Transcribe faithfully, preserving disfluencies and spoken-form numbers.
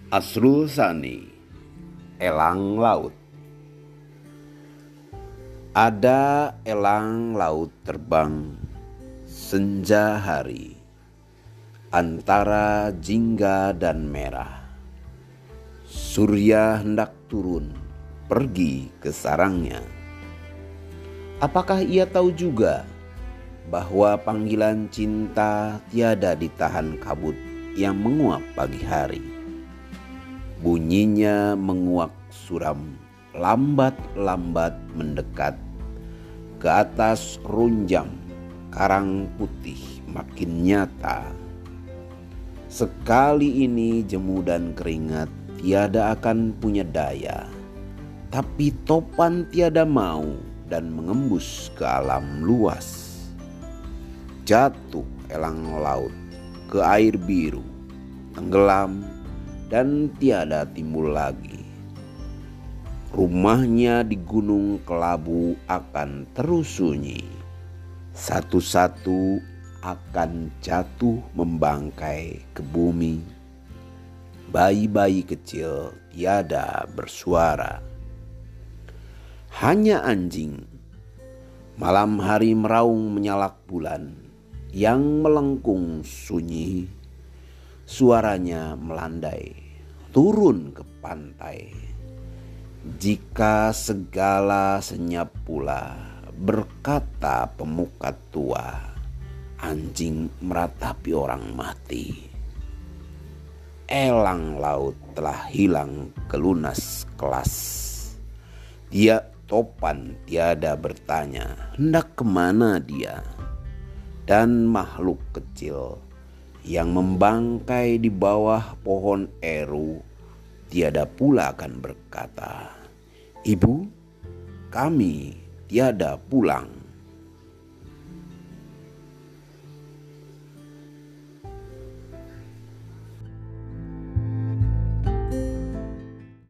Asrul Sani, Elang Laut. Ada elang laut terbang senja hari antara jingga dan merah. Surya hendak turun pergi ke sarangnya. Apakah ia tahu juga bahwa panggilan cinta tiada ditahan kabut yang menguap pagi hari? Bunyinya menguak suram, lambat-lambat mendekat ke atas runjang karang putih makin nyata. Sekali ini jemu dan keringat tiada akan punya daya, tapi topan tiada mau dan mengembus ke alam luas. Jatuh elang laut ke air biru, tenggelam dan tiada timbul lagi. Rumahnya di Gunung Kelabu akan terus sunyi. Satu-satu akan jatuh membangkai ke bumi. Bayi-bayi kecil tiada bersuara. Hanya anjing malam hari meraung menyalak bulan yang melengkung sunyi. Suaranya melandai turun ke pantai. Jika segala senyap pula, berkata pemuka tua, anjing meratapi orang mati. Elang laut telah hilang ke lunas kelas. Dia topan tiada bertanya hendak kemana dia. Dan makhluk kecil yang membangkai di bawah pohon eru tiada pula akan berkata, "Ibu, kami tiada pulang."